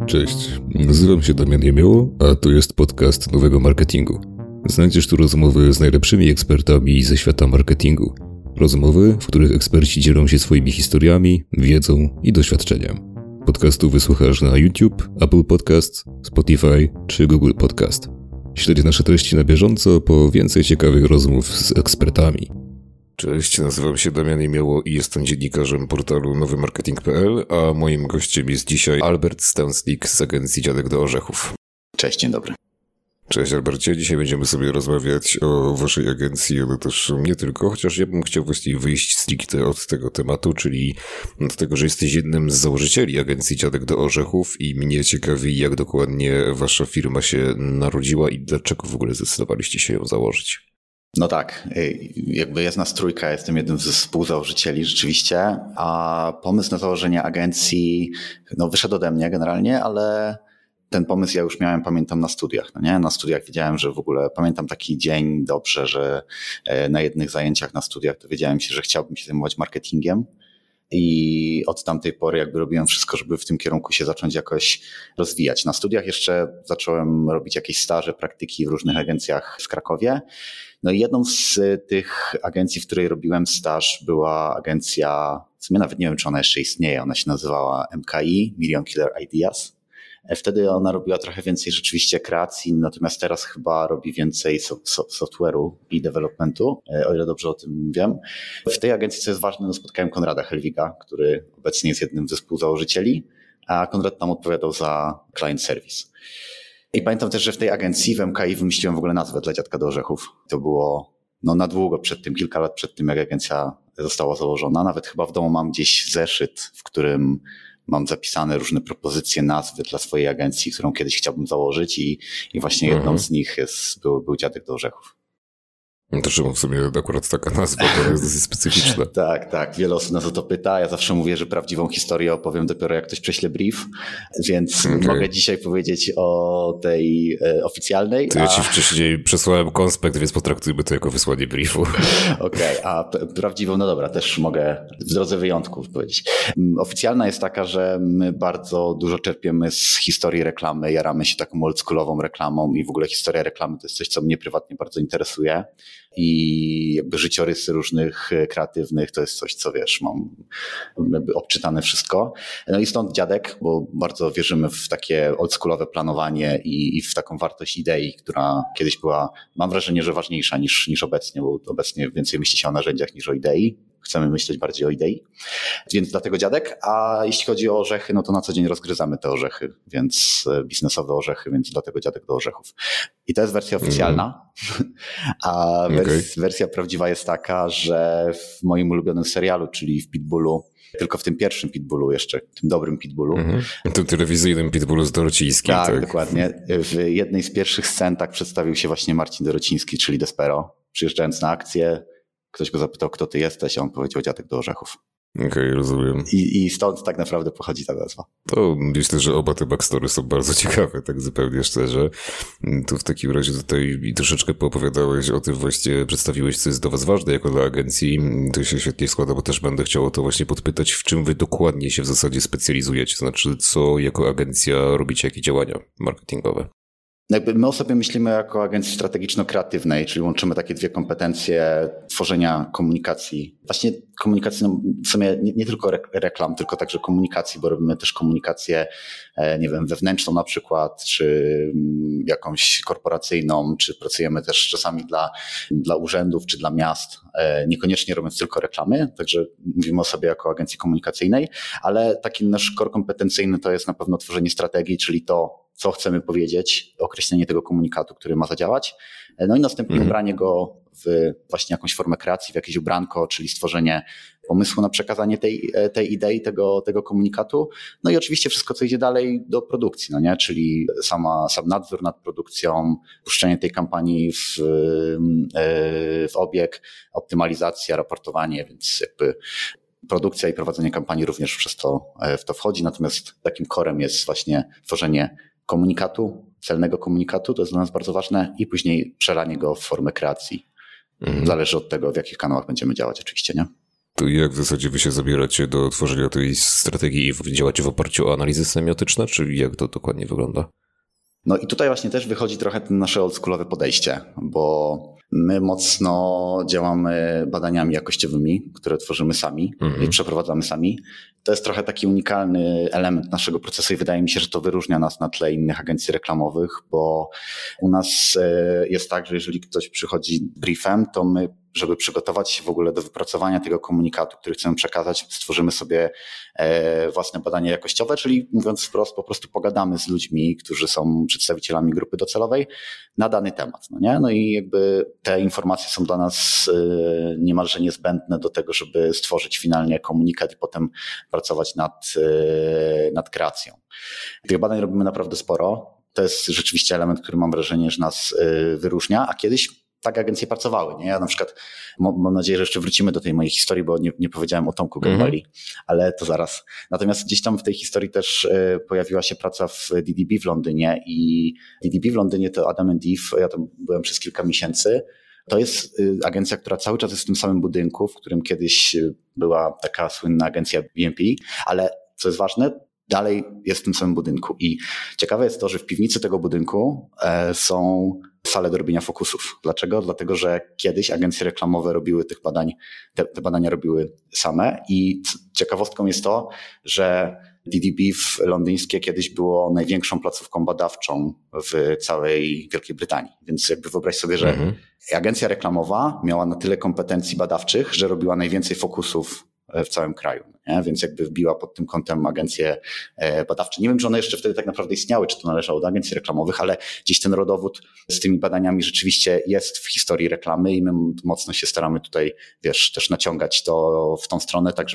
Cześć, nazywam się Damian Jemioło, a to jest podcast Nowego Marketingu. Znajdziesz tu rozmowy z najlepszymi ekspertami ze świata marketingu. Rozmowy, w których eksperci dzielą się swoimi historiami, wiedzą i doświadczeniem. Podcastu wysłuchasz na YouTube, Apple Podcast, Spotify czy Google Podcast. Śledź nasze treści na bieżąco po więcej ciekawych rozmów z ekspertami. Cześć, nazywam się Damian Jemioło i jestem dziennikarzem portalu nowymarketing.pl, a moim gościem jest dzisiaj Albert Stanslik z agencji Dziadek do Orzechów. Cześć, dzień dobry. Cześć Albercie, dzisiaj będziemy sobie rozmawiać o waszej agencji, ale też nie tylko, chociaż ja bym chciał właściwie wyjść stricte od tego tematu, czyli od tego, że jesteś jednym z założycieli agencji Dziadek do Orzechów i mnie ciekawi, jak dokładnie wasza firma się narodziła i dlaczego w ogóle zdecydowaliście się ją założyć. No tak, jakby jest nas trójka, jestem jednym ze współzałożycieli rzeczywiście, a pomysł na założenie agencji wyszedł ode mnie generalnie, ale ten pomysł ja już miałem, pamiętam, na studiach. No nie? Na studiach wiedziałem, że w ogóle, pamiętam taki dzień dobrze, że na jednych zajęciach na studiach dowiedziałem się, że chciałbym się zajmować marketingiem i od tamtej pory jakby robiłem wszystko, żeby w tym kierunku się zacząć jakoś rozwijać. Na studiach jeszcze zacząłem robić jakieś staże, praktyki w różnych agencjach w Krakowie. No i jedną z tych agencji, w której robiłem staż, była agencja, w sumie nawet nie wiem, czy ona jeszcze istnieje, ona się nazywała MKI, Million Killer Ideas. Wtedy ona robiła trochę więcej rzeczywiście kreacji, natomiast teraz chyba robi więcej software'u i developmentu, o ile dobrze o tym wiem. W tej agencji, co jest ważne, spotkałem Konrada Helwiga, który obecnie jest jednym ze współzałożycieli, a Konrad tam odpowiadał za client service. I pamiętam też, że w tej agencji, w MKI, wymyśliłem w ogóle nazwę dla Dziadka do Orzechów. To było na długo przed tym, kilka lat przed tym, jak agencja została założona. Nawet chyba w domu mam gdzieś zeszyt, w którym mam zapisane różne propozycje nazwy dla swojej agencji, którą kiedyś chciałbym założyć i właśnie jedną z nich był Dziadek do Orzechów. No to czemu w sumie akurat taka nazwa, to jest dosyć specyficzna. Tak. Wiele osób nas o to pyta. Ja zawsze mówię, że prawdziwą historię opowiem dopiero jak ktoś prześle brief, więc mogę dzisiaj powiedzieć o tej oficjalnej. To ja ci wcześniej przesłałem konspekt, więc potraktujmy to jako wysłanie briefu. Okej, a prawdziwą, no dobra, też mogę w drodze wyjątków powiedzieć. Oficjalna jest taka, że my bardzo dużo czerpiemy z historii reklamy, jaramy się taką oldschoolową reklamą i w ogóle historia reklamy to jest coś, co mnie prywatnie bardzo interesuje. I jakby życiorysy różnych kreatywnych to jest coś, co wiesz, mam jakby obczytane wszystko. No i stąd Dziadek, bo bardzo wierzymy w takie oldschoolowe planowanie i w taką wartość idei, która kiedyś była, mam wrażenie, że ważniejsza niż obecnie, bo obecnie więcej myśli się o narzędziach niż o idei. Chcemy myśleć bardziej o idei, więc dlatego Dziadek. A jeśli chodzi o orzechy, no to na co dzień rozgryzamy te orzechy, więc biznesowe orzechy, więc dlatego Dziadek do Orzechów. I to jest wersja oficjalna, a wersja prawdziwa jest taka, że w moim ulubionym serialu, czyli w Pitbullu, tylko w tym pierwszym Pitbullu jeszcze, tym dobrym Pitbullu. Tym telewizyjnym Pitbullu z Dorocińskim. Tak, dokładnie. W jednej z pierwszych scen tak przedstawił się właśnie Marcin Dorociński, czyli Despero. Przyjeżdżając na akcję, ktoś go zapytał, kto ty jesteś, a on powiedział Dziadek do Orzechów. Okej, rozumiem. I stąd tak naprawdę pochodzi ta nazwa. To myślę, że oba te backstory są bardzo ciekawe, tak zupełnie szczerze. To w takim razie tutaj troszeczkę poopowiadałeś o tym, właśnie przedstawiłeś, co jest do was ważne jako dla agencji. To się świetnie składa, bo też będę chciał o to właśnie podpytać, w czym wy dokładnie się w zasadzie specjalizujecie, to znaczy co jako agencja robicie, jakie działania marketingowe. Jakby my o sobie myślimy jako agencji strategiczno-kreatywnej, czyli łączymy takie dwie kompetencje tworzenia komunikacji. Właśnie komunikacji, w sumie nie tylko reklam, tylko także komunikacji, bo robimy też komunikację, nie wiem, wewnętrzną na przykład, czy jakąś korporacyjną, czy pracujemy też czasami dla urzędów, czy dla miast, niekoniecznie robiąc tylko reklamy, także mówimy o sobie jako agencji komunikacyjnej, ale taki nasz core kompetencyjny to jest na pewno tworzenie strategii, czyli to, co chcemy powiedzieć, określenie tego komunikatu, który ma zadziałać, no i następnie ubranie go w właśnie jakąś formę kreacji, w jakieś ubranko, czyli stworzenie pomysłu na przekazanie tej idei, tego komunikatu. No i oczywiście wszystko, co idzie dalej do produkcji, no nie? Czyli sam nadzór nad produkcją, puszczenie tej kampanii w obieg, optymalizacja, raportowanie, więc jakby produkcja i prowadzenie kampanii również w to wchodzi, natomiast takim corem jest właśnie tworzenie komunikatu, celnego komunikatu, to jest dla nas bardzo ważne i później przelanie go w formę kreacji. Zależy od tego, w jakich kanałach będziemy działać oczywiście, nie? To jak w zasadzie wy się zabieracie do tworzenia tej strategii i działacie w oparciu o analizy semiotyczne, czy jak to dokładnie wygląda? No i tutaj właśnie też wychodzi trochę to nasze oldschoolowe podejście, bo my mocno działamy badaniami jakościowymi, które tworzymy sami i przeprowadzamy sami. To jest trochę taki unikalny element naszego procesu i wydaje mi się, że to wyróżnia nas na tle innych agencji reklamowych, bo u nas jest tak, że jeżeli ktoś przychodzi briefem, to my, żeby przygotować się w ogóle do wypracowania tego komunikatu, który chcemy przekazać, stworzymy sobie własne badania jakościowe, czyli mówiąc wprost, po prostu pogadamy z ludźmi, którzy są przedstawicielami grupy docelowej na dany temat. No nie? No i jakby te informacje są dla nas niemalże niezbędne do tego, żeby stworzyć finalnie komunikat i potem pracować nad kreacją. Tych badań robimy naprawdę sporo. To jest rzeczywiście element, który mam wrażenie, że nas wyróżnia, a kiedyś tak agencje pracowały. Nie? Ja na przykład mam nadzieję, że jeszcze wrócimy do tej mojej historii, bo nie powiedziałem o Tomku Gębali, ale to zaraz. Natomiast gdzieś tam w tej historii też pojawiła się praca w DDB w Londynie i DDB w Londynie to Adam & Eve, ja tam byłem przez kilka miesięcy. To jest agencja, która cały czas jest w tym samym budynku, w którym kiedyś była taka słynna agencja BNP, ale co jest ważne, dalej jest w tym samym budynku. I ciekawe jest to, że w piwnicy tego budynku są sale do robienia fokusów. Dlaczego? Dlatego, że kiedyś agencje reklamowe robiły tych badań, te badania robiły same i ciekawostką jest to, że DDB londyńskie kiedyś było największą placówką badawczą w całej Wielkiej Brytanii. Więc jakby wyobraź sobie, że agencja reklamowa miała na tyle kompetencji badawczych, że robiła najwięcej fokusów w całym kraju. Nie? Więc jakby wbiła pod tym kątem agencje badawcze. Nie wiem, czy one jeszcze wtedy tak naprawdę istniały, czy to należało do agencji reklamowych, ale gdzieś ten rodowód z tymi badaniami rzeczywiście jest w historii reklamy i my mocno się staramy tutaj, wiesz, też naciągać to w tą stronę, tak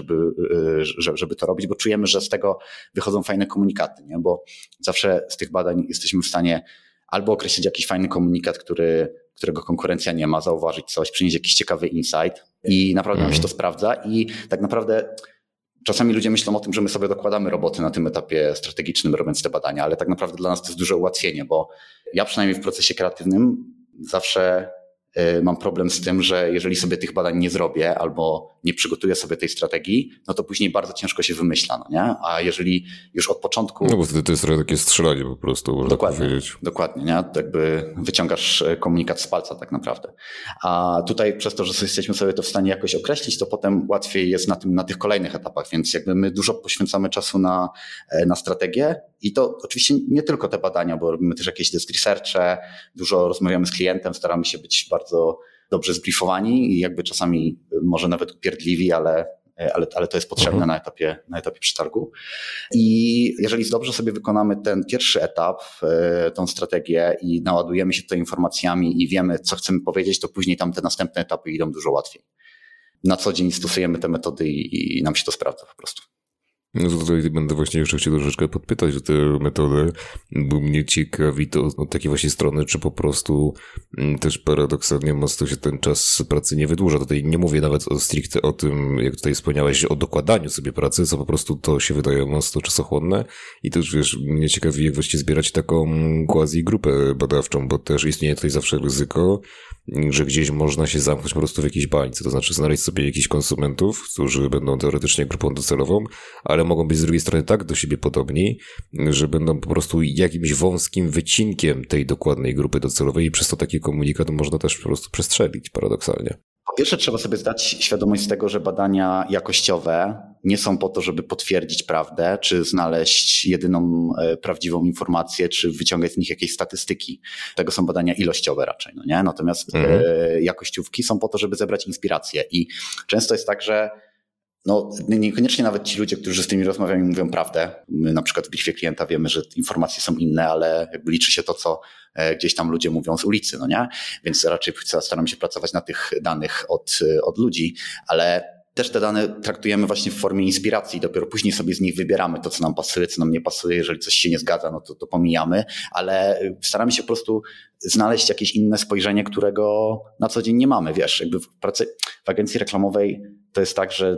żeby to robić, bo czujemy, że z tego wychodzą fajne komunikaty, nie? Bo zawsze z tych badań jesteśmy w stanie albo określić jakiś fajny komunikat, którego konkurencja nie ma, zauważyć coś, przynieść jakiś ciekawy insight i naprawdę nam się to sprawdza i tak naprawdę czasami ludzie myślą o tym, że my sobie dokładamy roboty na tym etapie strategicznym, robiąc te badania, ale tak naprawdę dla nas to jest duże ułatwienie, bo ja przynajmniej w procesie kreatywnym zawsze mam problem z tym, że jeżeli sobie tych badań nie zrobię albo nie przygotuję sobie tej strategii, no to później bardzo ciężko się wymyśla, no nie? A jeżeli już od początku... No bo wtedy to jest trochę takie strzelanie po prostu, można powiedzieć. Dokładnie, nie? To jakby wyciągasz komunikat z palca tak naprawdę. A tutaj przez to, że jesteśmy sobie to w stanie jakoś określić, to potem łatwiej jest na tych kolejnych etapach, więc jakby my dużo poświęcamy czasu na strategię i to oczywiście nie tylko te badania, bo robimy też jakieś desk researche, dużo rozmawiamy z klientem, staramy się być bardzo dobrze zbriefowani i jakby czasami może nawet upierdliwi, ale to jest potrzebne na etapie przetargu. I jeżeli dobrze sobie wykonamy ten pierwszy etap, tą strategię i naładujemy się tutaj informacjami i wiemy, co chcemy powiedzieć, to później tam te następne etapy idą dużo łatwiej. Na co dzień stosujemy te metody i nam się to sprawdza po prostu. No to tutaj będę właśnie jeszcze chciał troszeczkę podpytać o tę metodę, bo mnie ciekawi to od takiej właśnie strony, czy po prostu też paradoksalnie mocno się ten czas pracy nie wydłuża. Tutaj nie mówię nawet stricte o tym, jak tutaj wspomniałeś, o dokładaniu sobie pracy, co po prostu to się wydaje mocno czasochłonne i też wiesz, mnie ciekawi, jak właściwie zbierać taką quasi grupę badawczą, bo też istnieje tutaj zawsze ryzyko, że gdzieś można się zamknąć po prostu w jakiejś bańce, to znaczy znaleźć sobie jakichś konsumentów, którzy będą teoretycznie grupą docelową, ale mogą być z drugiej strony tak do siebie podobni, że będą po prostu jakimś wąskim wycinkiem tej dokładnej grupy docelowej i przez to taki komunikat można też po prostu przestrzelić paradoksalnie. Po pierwsze trzeba sobie zdać świadomość z tego, że badania jakościowe nie są po to, żeby potwierdzić prawdę, czy znaleźć jedyną prawdziwą informację, czy wyciągać z nich jakieś statystyki. Tego są badania ilościowe raczej, no nie? Natomiast jakościówki są po to, żeby zebrać inspirację i często jest tak, że no, niekoniecznie nawet ci ludzie, którzy z tymi rozmawiają, mówią prawdę. My na przykład w briefie klienta wiemy, że informacje są inne, ale jakby liczy się to, co gdzieś tam ludzie mówią z ulicy, no nie? Więc raczej staramy się pracować na tych danych od ludzi, ale też te dane traktujemy właśnie w formie inspiracji. Dopiero później sobie z nich wybieramy to, co nam pasuje, co nam nie pasuje. Jeżeli coś się nie zgadza, no to pomijamy, ale staramy się po prostu znaleźć jakieś inne spojrzenie, którego na co dzień nie mamy. Wiesz, jakby w pracy w agencji reklamowej to jest tak, że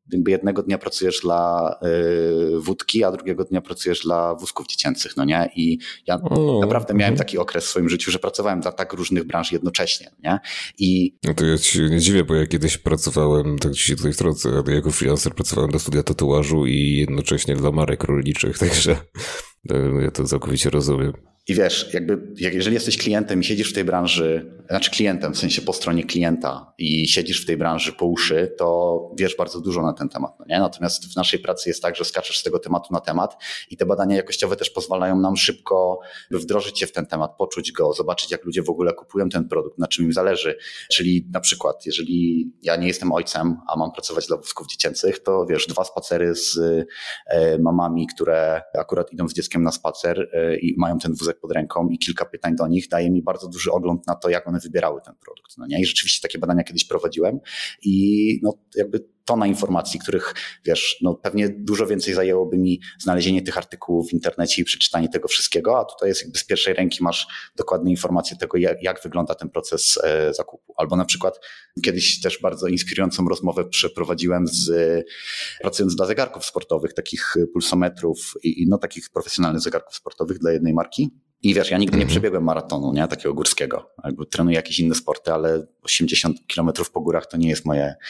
jakby jednego dnia pracujesz dla wódki, a drugiego dnia pracujesz dla wózków dziecięcych, no nie? I ja naprawdę miałem taki okres w swoim życiu, że pracowałem dla tak różnych branż jednocześnie, nie? No to ja ci nie dziwię, bo ja kiedyś pracowałem, tak ci się tutaj wtrącę, jako freelancer pracowałem dla studia tatuażu i jednocześnie dla marek rolniczych, także ja to całkowicie rozumiem. I wiesz, jeżeli jesteś klientem i siedzisz w tej branży, znaczy klientem, w sensie po stronie klienta i siedzisz w tej branży po uszy, to wiesz bardzo dużo na ten temat. No nie? Natomiast w naszej pracy jest tak, że skaczesz z tego tematu na temat i te badania jakościowe też pozwalają nam szybko wdrożyć się w ten temat, poczuć go, zobaczyć jak ludzie w ogóle kupują ten produkt, na czym im zależy. Czyli na przykład, jeżeli ja nie jestem ojcem, a mam pracować dla wózków dziecięcych, to wiesz, 2 spacery z mamami, które akurat idą z dzieckiem na spacer i mają ten wózek pod ręką i kilka pytań do nich daje mi bardzo duży ogląd na to, jak one wybierały ten produkt. No nie? I rzeczywiście takie badania kiedyś prowadziłem i no jakby tona informacji, których wiesz, no pewnie dużo więcej zajęłoby mi znalezienie tych artykułów w internecie i przeczytanie tego wszystkiego, a tutaj jest jakby z pierwszej ręki masz dokładne informacje tego, jak wygląda ten proces zakupu. Albo na przykład kiedyś też bardzo inspirującą rozmowę przeprowadziłem pracując dla zegarków sportowych, takich pulsometrów i no takich profesjonalnych zegarków sportowych dla jednej marki. I wiesz, ja nigdy nie przebiegłem maratonu, nie? Takiego górskiego. Jakby trenuję jakieś inne sporty, ale 80 kilometrów po górach to nie jest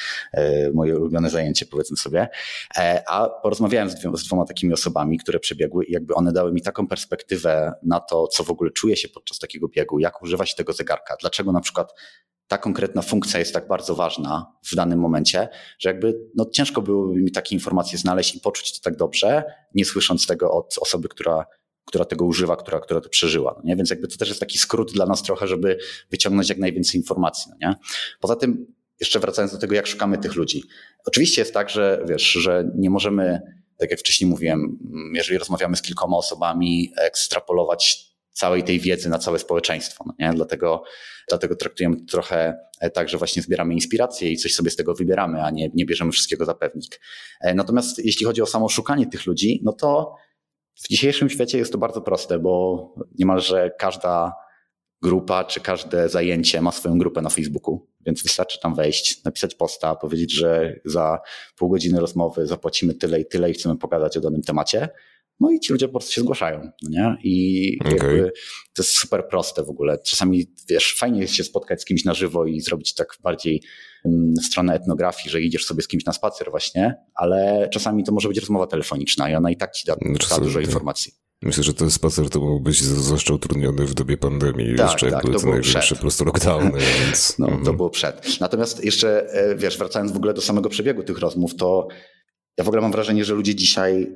moje ulubione zajęcie, powiedzmy sobie. A porozmawiałem z dwoma takimi osobami, które przebiegły i jakby one dały mi taką perspektywę na to, co w ogóle czuje się podczas takiego biegu, jak używa się tego zegarka, dlaczego na przykład ta konkretna funkcja jest tak bardzo ważna w danym momencie, że jakby no ciężko byłoby mi takie informacje znaleźć i poczuć to tak dobrze, nie słysząc tego od osoby, która tego używa, która to przeżyła. No nie? Więc jakby to też jest taki skrót dla nas trochę, żeby wyciągnąć jak najwięcej informacji. No nie? Poza tym, jeszcze wracając do tego, jak szukamy tych ludzi. Oczywiście jest tak, że wiesz, że nie możemy, tak jak wcześniej mówiłem, jeżeli rozmawiamy z kilkoma osobami, ekstrapolować całej tej wiedzy na całe społeczeństwo. No nie? Dlatego traktujemy to trochę tak, że właśnie zbieramy inspiracje i coś sobie z tego wybieramy, a nie bierzemy wszystkiego za pewnik. Natomiast jeśli chodzi o samo szukanie tych ludzi, no to w dzisiejszym świecie jest to bardzo proste, bo niemalże każda grupa czy każde zajęcie ma swoją grupę na Facebooku, więc wystarczy tam wejść, napisać posta, powiedzieć, że za pół godziny rozmowy zapłacimy tyle i chcemy pogadać o danym temacie. No i ci ludzie po prostu się zgłaszają, no nie? I jakby to jest super proste w ogóle. Czasami, wiesz, fajnie jest się spotkać z kimś na żywo i zrobić tak bardziej stronę etnografii, że idziesz sobie z kimś na spacer właśnie, ale czasami to może być rozmowa telefoniczna i ona i tak ci da dużo informacji. Myślę, że ten spacer to mógł być zwłaszcza utrudniony w dobie pandemii, tak, jeszcze jak były te największe po prostu lockdowny. Więc... No, to było przed. Natomiast jeszcze, wiesz, wracając w ogóle do samego przebiegu tych rozmów, to ja w ogóle mam wrażenie, że ludzie dzisiaj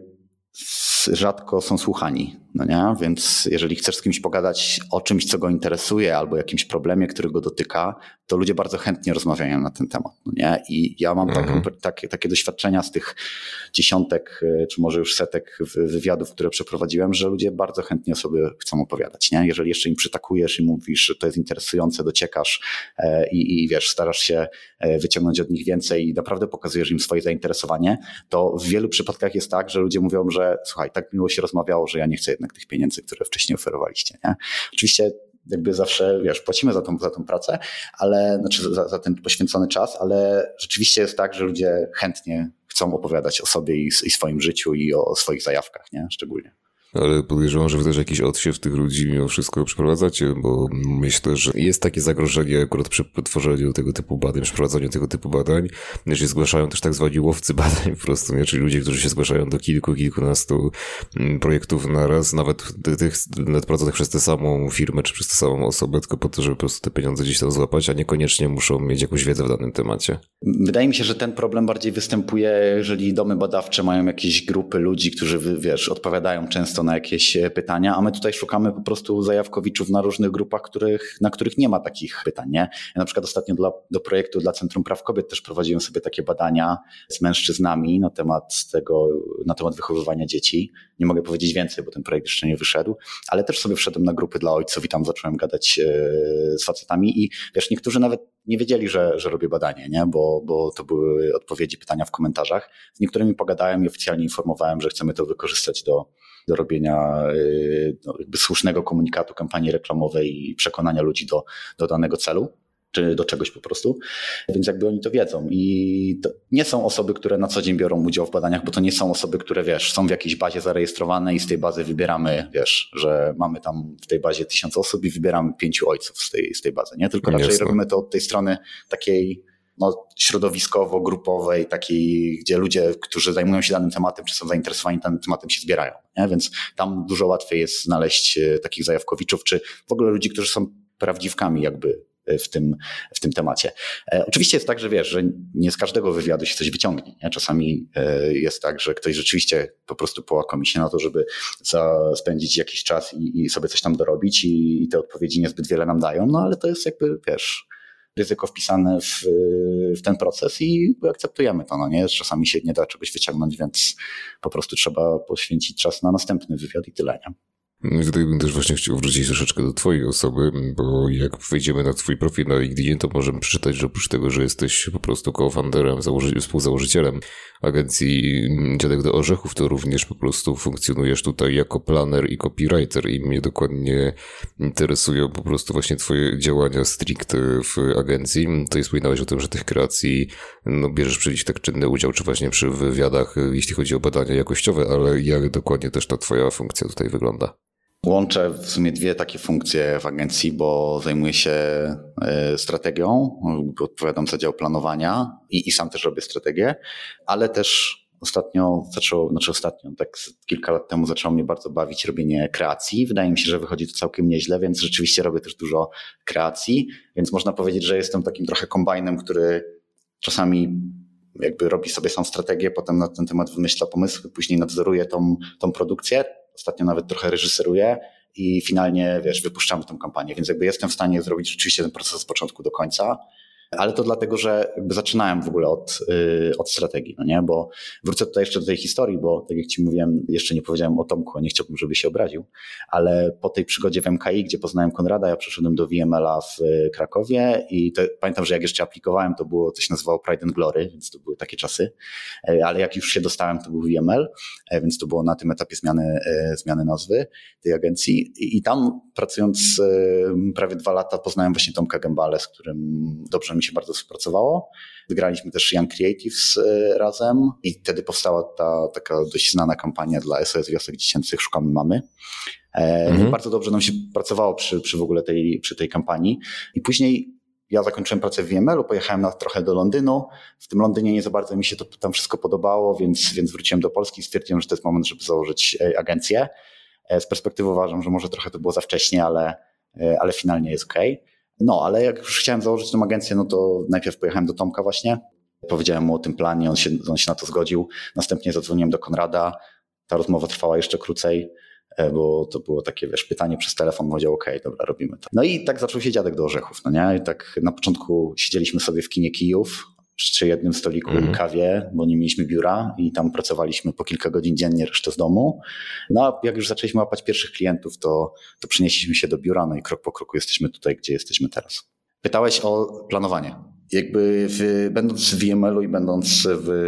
rzadko są słuchani, no nie? Więc jeżeli chcesz z kimś pogadać o czymś, co go interesuje albo jakimś problemie, który go dotyka, to ludzie bardzo chętnie rozmawiają na ten temat, no nie? I ja mam takie doświadczenia z tych dziesiątek, czy może już setek wywiadów, które przeprowadziłem, że ludzie bardzo chętnie sobie chcą opowiadać, nie? Jeżeli jeszcze im przytakujesz i mówisz, że to jest interesujące, dociekasz i wiesz, starasz się wyciągnąć od nich więcej i naprawdę pokazujesz im swoje zainteresowanie, to w wielu przypadkach jest tak, że ludzie mówią, że słuchaj, tak miło się rozmawiało, że ja nie chcę jednak tych pieniędzy, które wcześniej oferowaliście, nie? Oczywiście jakby zawsze, wiesz, płacimy za tą pracę, ale znaczy za ten poświęcony czas, ale rzeczywiście jest tak, że ludzie chętnie chcą opowiadać o sobie i swoim życiu i o swoich zajawkach, nie? Szczególnie. Ale podejrzewam, że wy też jakiś odsiew tych ludzi mimo wszystko przeprowadzacie, bo myślę, że jest takie zagrożenie akurat przy tworzeniu tego typu badań, przeprowadzaniu tego typu badań, że zgłaszają też tak zwani łowcy badań po prostu, nie? Czyli ludzie, którzy się zgłaszają do kilkunastu projektów naraz, nawet prowadzonych przez tę samą firmę, czy przez tę samą osobę, tylko po to, żeby po prostu te pieniądze gdzieś tam złapać, a niekoniecznie muszą mieć jakąś wiedzę w danym temacie. Wydaje mi się, że ten problem bardziej występuje, jeżeli domy badawcze mają jakieś grupy ludzi, którzy, wiesz, odpowiadają często na jakieś pytania, a my tutaj szukamy po prostu zajawkowiczów na różnych grupach, na których nie ma takich pytań, nie? Ja na przykład ostatnio do projektu dla Centrum Praw Kobiet też prowadziłem sobie takie badania z mężczyznami na temat wychowywania dzieci. Nie mogę powiedzieć więcej, bo ten projekt jeszcze nie wyszedł, ale też sobie wszedłem na grupy dla ojców i tam zacząłem gadać z facetami i wiesz, niektórzy nawet nie wiedzieli, że robię badanie, nie? Bo to były odpowiedzi, pytania w komentarzach. Z niektórymi pogadałem i oficjalnie informowałem, że chcemy to wykorzystać do robienia jakby słusznego komunikatu, kampanii reklamowej i przekonania ludzi do danego celu. czy do czegoś po prostu, więc jakby oni to wiedzą i to nie są osoby, które na co dzień biorą udział w badaniach, bo to nie są osoby, które są w jakiejś bazie zarejestrowane i z tej bazy wybieramy, że mamy tam w tej bazie 1000 osób i wybieramy 5 ojców z tej bazy, nie? Tylko raczej robimy to od tej strony takiej środowiskowo-grupowej, takiej, gdzie ludzie, którzy zajmują się danym tematem, czy są zainteresowani danym tematem, się zbierają, nie? Więc tam dużo łatwiej jest znaleźć takich zajawkowiczów, czy w ogóle ludzi, którzy są prawdziwkami jakby w tym temacie. Oczywiście jest tak, że że nie z każdego wywiadu się coś wyciągnie. Nie? Czasami jest tak, że ktoś rzeczywiście po prostu połakomi się na to, żeby spędzić jakiś czas i sobie coś tam dorobić i te odpowiedzi niezbyt wiele nam dają, no ale to jest jakby, ryzyko wpisane w ten proces i akceptujemy to, no nie? Czasami się nie da czegoś wyciągnąć, więc po prostu trzeba poświęcić czas na następny wywiad i tyle, nie? I tutaj bym też właśnie chciał wrócić troszeczkę do twojej osoby, bo jak wejdziemy na twój profil na LinkedInie, to możemy przeczytać, że oprócz tego, że jesteś po prostu co-founderem, współzałożycielem agencji Dziadek do Orzechów, to również po prostu funkcjonujesz tutaj jako planer i copywriter i mnie dokładnie interesują po prostu właśnie twoje działania stricte w agencji. Tutaj wspominałeś o tym, że tych kreacji bierzesz przy nich tak czynny udział, czy właśnie przy wywiadach, jeśli chodzi o badania jakościowe, ale jak dokładnie też ta twoja funkcja tutaj wygląda? Łączę w sumie 2 takie funkcje w agencji, bo zajmuję się strategią, odpowiadam za dział planowania i sam też robię strategię, ale też tak kilka lat temu zaczęło mnie bardzo bawić robienie kreacji. Wydaje mi się, że wychodzi to całkiem nieźle, więc rzeczywiście robię też dużo kreacji, więc można powiedzieć, że jestem takim trochę kombajnem, który czasami jakby robi sobie sam strategię, potem na ten temat wymyśla pomysły, później nadzoruje tą produkcję. Ostatnio nawet trochę reżyseruję i finalnie, wypuszczamy tę kampanię, więc jakby jestem w stanie zrobić rzeczywiście ten proces od początku do końca, ale to dlatego, że jakby zaczynałem w ogóle od strategii, no nie? Bo wrócę tutaj jeszcze do tej historii, bo tak jak ci mówiłem, jeszcze nie powiedziałem o Tomku, a nie chciałbym, żeby się obraził, ale po tej przygodzie w MKI, gdzie poznałem Konrada, ja przeszedłem do VML-a w Krakowie i pamiętam, że jak jeszcze aplikowałem, to było, to się nazywało Pride and Glory, więc to były takie czasy, ale jak już się dostałem, to był VML, więc to było na tym etapie zmiany nazwy tej agencji i tam pracując prawie 2 lata poznałem właśnie Tomka Gębalę, z którym dobrze mi się bardzo współpracowało. Wygraliśmy też Young Creatives razem i wtedy powstała ta taka dość znana kampania dla SOS Wiosek Dziecięcych Szukamy Mamy. Bardzo dobrze nam się pracowało przy w ogóle przy tej kampanii i później ja zakończyłem pracę w VML-u, pojechałem trochę do Londynu. W tym Londynie nie za bardzo mi się to tam wszystko podobało, więc wróciłem do Polski i stwierdziłem, że to jest moment, żeby założyć agencję. Z perspektywy uważam, że może trochę to było za wcześnie, ale finalnie jest okej. No, ale jak już chciałem założyć tę agencję, no to najpierw pojechałem do Tomka właśnie, powiedziałem mu o tym planie, on się na to zgodził. Następnie zadzwoniłem do Konrada, ta rozmowa trwała jeszcze krócej, bo to było takie, pytanie przez telefon, powiedział okej, dobra, robimy to. No i tak zaczął się Dziadek do Orzechów, no nie? I tak na początku siedzieliśmy sobie w kinie Kijów, przy jednym stoliku i kawie, bo nie mieliśmy biura i tam pracowaliśmy po kilka godzin dziennie, resztę z domu. No a jak już zaczęliśmy łapać pierwszych klientów, to przenieśliśmy się do biura, no i krok po kroku jesteśmy tutaj, gdzie jesteśmy teraz. Pytałeś o planowanie. Jakby będąc w VML-u i będąc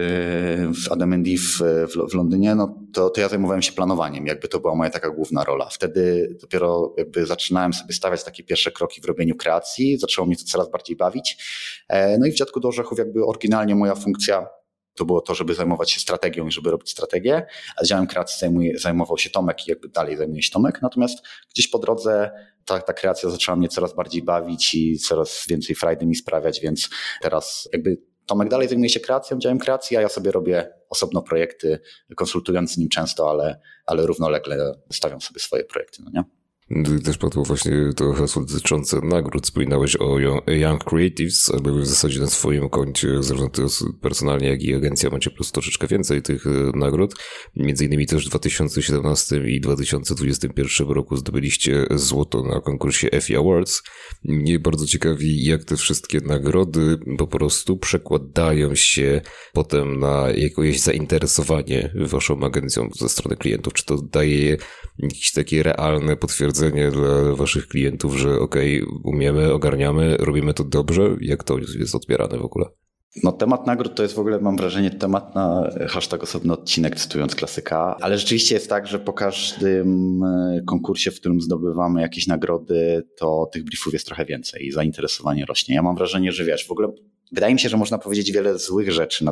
w ADM&D w Londynie, no to ja zajmowałem się planowaniem, jakby to była moja taka główna rola. Wtedy dopiero jakby zaczynałem sobie stawiać takie pierwsze kroki w robieniu kreacji, zaczęło mnie to coraz bardziej bawić. No i w Dziadku do Orzechów jakby oryginalnie moja funkcja to było to, żeby zajmować się strategią i żeby robić strategię, a działem kreacji zajmował się Tomek i jakby dalej zajmuje się Tomek, natomiast gdzieś po drodze ta kreacja zaczęła mnie coraz bardziej bawić i coraz więcej frajdy mi sprawiać, więc teraz jakby Tomek dalej zajmuje się kreacją, działem kreacji, a ja sobie robię osobno projekty, konsultując z nim często, ale równolegle stawiam sobie swoje projekty, no nie? Też padło właśnie to hasło dotyczące nagród. Wspominałeś o Young Creatives, ale w zasadzie na swoim koncie, zarówno ty personalnie, jak i agencja macie po prostu troszeczkę więcej tych nagród. Między innymi też w 2017 i 2021 roku zdobyliście złoto na konkursie Effie Awards. Mnie bardzo ciekawi, jak te wszystkie nagrody po prostu przekładają się potem na jakieś zainteresowanie waszą agencją ze strony klientów. Czy to daje jakieś takie realne potwierdzenie dla waszych klientów, że okej, umiemy, ogarniamy, robimy to dobrze? Jak to jest odbierane w ogóle? No temat nagród to jest w ogóle, mam wrażenie, temat na hashtag osobny odcinek, cytując klasyka, ale rzeczywiście jest tak, że po każdym konkursie, w którym zdobywamy jakieś nagrody, to tych briefów jest trochę więcej i zainteresowanie rośnie. Ja mam wrażenie, że wiesz, w ogóle wydaje mi się, że można powiedzieć wiele złych rzeczy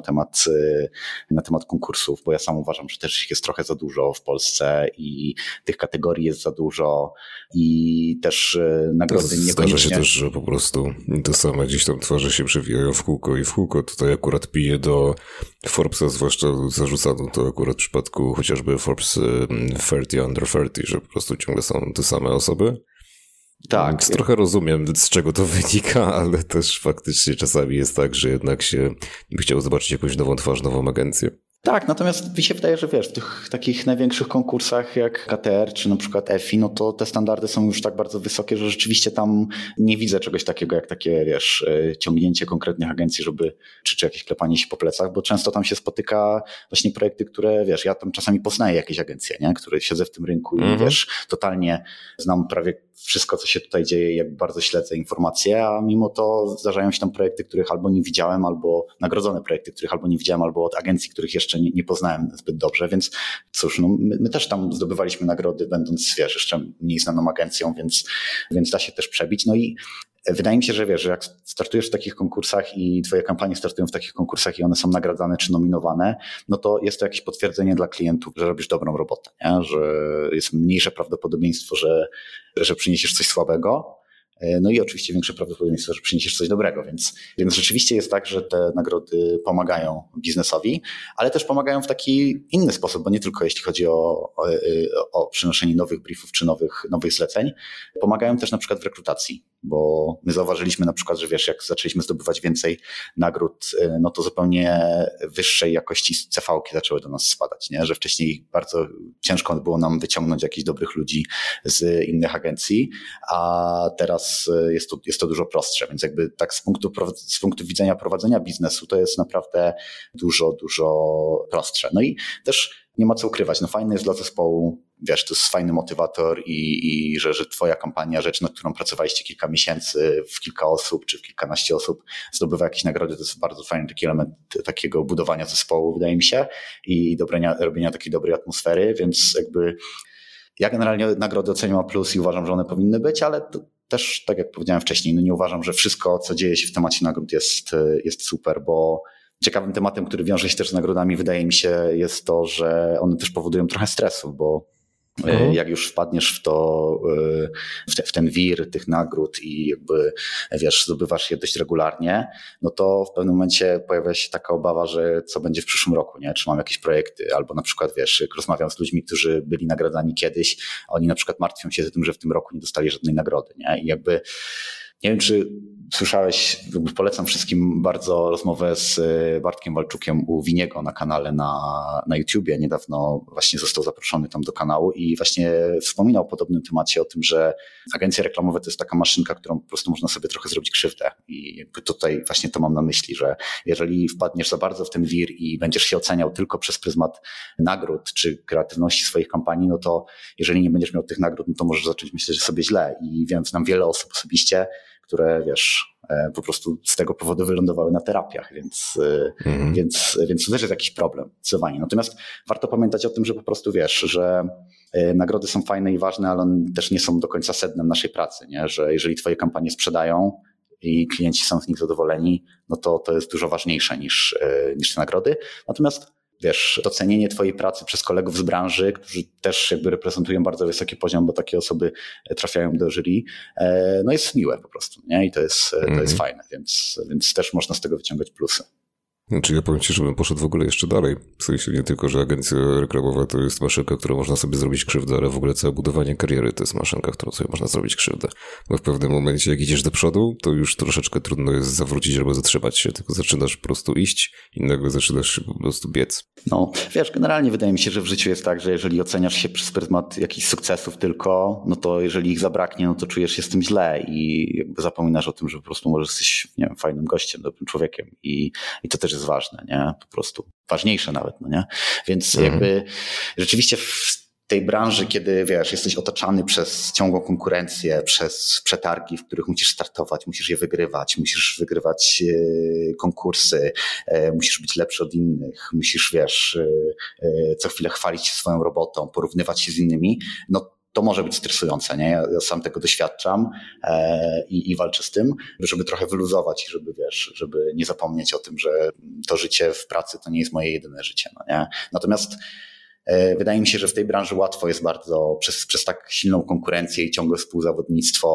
na temat konkursów, bo ja sam uważam, że też ich jest trochę za dużo w Polsce i tych kategorii jest za dużo i też nagrody niekoniecznie... Zdarza się też, że po prostu te same gdzieś tam twarze się przewijają w kółko i w kółko. Tutaj akurat piję do Forbesa, zwłaszcza zarzucano to akurat w przypadku chociażby Forbes 30 Under 30, że po prostu ciągle są te same osoby. Tak. Więc trochę rozumiem, z czego to wynika, ale też faktycznie czasami jest tak, że jednak się by chciał zobaczyć jakąś nową twarz, nową agencję. Tak, natomiast mi się wydaje, że wiesz, w tych takich największych konkursach jak KTR czy na przykład EFI, no to te standardy są już tak bardzo wysokie, że rzeczywiście tam nie widzę czegoś takiego jak takie, wiesz, ciągnięcie konkretnych agencji, żeby, czy jakieś klepanie się po plecach, bo często tam się spotyka właśnie projekty, które, wiesz, ja tam czasami poznaję jakieś agencje, nie? Które siedzę w tym rynku i wiesz, totalnie znam prawie wszystko, co się tutaj dzieje, jak bardzo śledzę informacje, a mimo to zdarzają się tam projekty, których albo nie widziałem, albo nagrodzone projekty, których albo nie widziałem, albo od agencji, których jeszcze nie poznałem zbyt dobrze, więc cóż, no my też tam zdobywaliśmy nagrody, będąc, wiesz, jeszcze mniej znaną agencją, więc da się też przebić. No i wydaje mi się, że wiesz, że jak startujesz w takich konkursach i twoje kampanie startują w takich konkursach i one są nagradzane czy nominowane, no to jest to jakieś potwierdzenie dla klientów, że robisz dobrą robotę, nie? Że jest mniejsze prawdopodobieństwo, że przyniesiesz coś słabego. No i oczywiście większe prawdopodobieństwo, że przyniesiesz coś dobrego, więc rzeczywiście jest tak, że te nagrody pomagają biznesowi, ale też pomagają w taki inny sposób, bo nie tylko jeśli chodzi o przynoszenie nowych briefów czy nowych zleceń, pomagają też na przykład w rekrutacji, bo my zauważyliśmy na przykład, że wiesz, jak zaczęliśmy zdobywać więcej nagród, no to zupełnie wyższej jakości CV-ki zaczęły do nas spadać, nie? Że wcześniej bardzo ciężko było nam wyciągnąć jakichś dobrych ludzi z innych agencji, a teraz jest to dużo prostsze, więc jakby tak z punktu widzenia prowadzenia biznesu to jest naprawdę dużo prostsze. No i też nie ma co ukrywać, no fajne jest dla zespołu, wiesz, to jest fajny motywator i że twoja kampania, rzecz, nad którą pracowaliście kilka miesięcy, w kilka osób czy w kilkanaście osób zdobywa jakieś nagrody, to jest bardzo fajny taki element takiego budowania zespołu, wydaje mi się, i robienia takiej dobrej atmosfery, więc jakby ja generalnie nagrody oceniam A+, i uważam, że one powinny być, ale to też, tak jak powiedziałem wcześniej, no nie uważam, że wszystko, co dzieje się w temacie nagród jest super, bo ciekawym tematem, który wiąże się też z nagrodami, wydaje mi się, jest to, że one też powodują trochę stresu, bo jak już wpadniesz w ten wir tych nagród i jakby, wiesz, zdobywasz je dość regularnie, no to w pewnym momencie pojawia się taka obawa, że co będzie w przyszłym roku, nie? Czy mam jakieś projekty, albo na przykład, wiesz, jak rozmawiam z ludźmi, którzy byli nagradzani kiedyś, a oni na przykład martwią się tym, że w tym roku nie dostali żadnej nagrody, nie? I jakby nie wiem, czy słyszałeś, polecam wszystkim bardzo rozmowę z Bartkiem Walczukiem u Winiego na kanale na YouTubie. Niedawno właśnie został zaproszony tam do kanału i właśnie wspominał o podobnym temacie, o tym, że agencje reklamowe to jest taka maszynka, którą po prostu można sobie trochę zrobić krzywdę. I jakby tutaj właśnie to mam na myśli, że jeżeli wpadniesz za bardzo w ten wir i będziesz się oceniał tylko przez pryzmat nagród czy kreatywności swoich kampanii, no to jeżeli nie będziesz miał tych nagród, no to możesz zacząć myśleć, że sobie źle. I wiem, znam wiele osób osobiście, które, wiesz, po prostu z tego powodu wylądowały na terapiach, więc to też jest jakiś problem, zdecydowanie. Natomiast warto pamiętać o tym, że po prostu wiesz, że nagrody są fajne i ważne, ale one też nie są do końca sednem naszej pracy, nie? Że jeżeli twoje kampanie sprzedają i klienci są z nich zadowoleni, no to jest dużo ważniejsze niż te nagrody. Natomiast wiesz, docenienie twojej pracy przez kolegów z branży, którzy też jakby reprezentują bardzo wysoki poziom, bo takie osoby trafiają do jury, no jest miłe po prostu, nie? I to jest fajne, więc też można z tego wyciągać plusy. Znaczy ja powiem ci, żebym poszedł w ogóle jeszcze dalej. W sensie nie tylko, że agencja reklamowa to jest maszynka, którą można sobie zrobić krzywdę, ale w ogóle całe budowanie kariery to jest maszynka, którą sobie można zrobić krzywdę. Bo w pewnym momencie, jak idziesz do przodu, to już troszeczkę trudno jest zawrócić albo zatrzymać się, tylko zaczynasz po prostu iść i nagle zaczynasz po prostu biec. No, wiesz, generalnie wydaje mi się, że w życiu jest tak, że jeżeli oceniasz się przez pryzmat jakichś sukcesów tylko, no to jeżeli ich zabraknie, no to czujesz się z tym źle i jakby zapominasz o tym, że po prostu możesz jesteś, nie wiem, fajnym gościem, dobrym człowiekiem i to też jest ważne, nie? Po prostu ważniejsze nawet, no nie? Więc jakby rzeczywiście tej branży, kiedy wiesz, jesteś otaczany przez ciągłą konkurencję, przez przetargi, w których musisz startować, musisz je wygrywać, musisz wygrywać konkursy, musisz być lepszy od innych, musisz, wiesz, co chwilę chwalić się swoją robotą, porównywać się z innymi, no to może być stresujące, nie? Ja sam tego doświadczam i walczę z tym, żeby trochę wyluzować i żeby, wiesz, żeby nie zapomnieć o tym, że to życie w pracy to nie jest moje jedyne życie, no nie? Natomiast wydaje mi się, że w tej branży łatwo jest bardzo przez tak silną konkurencję i ciągłe współzawodnictwo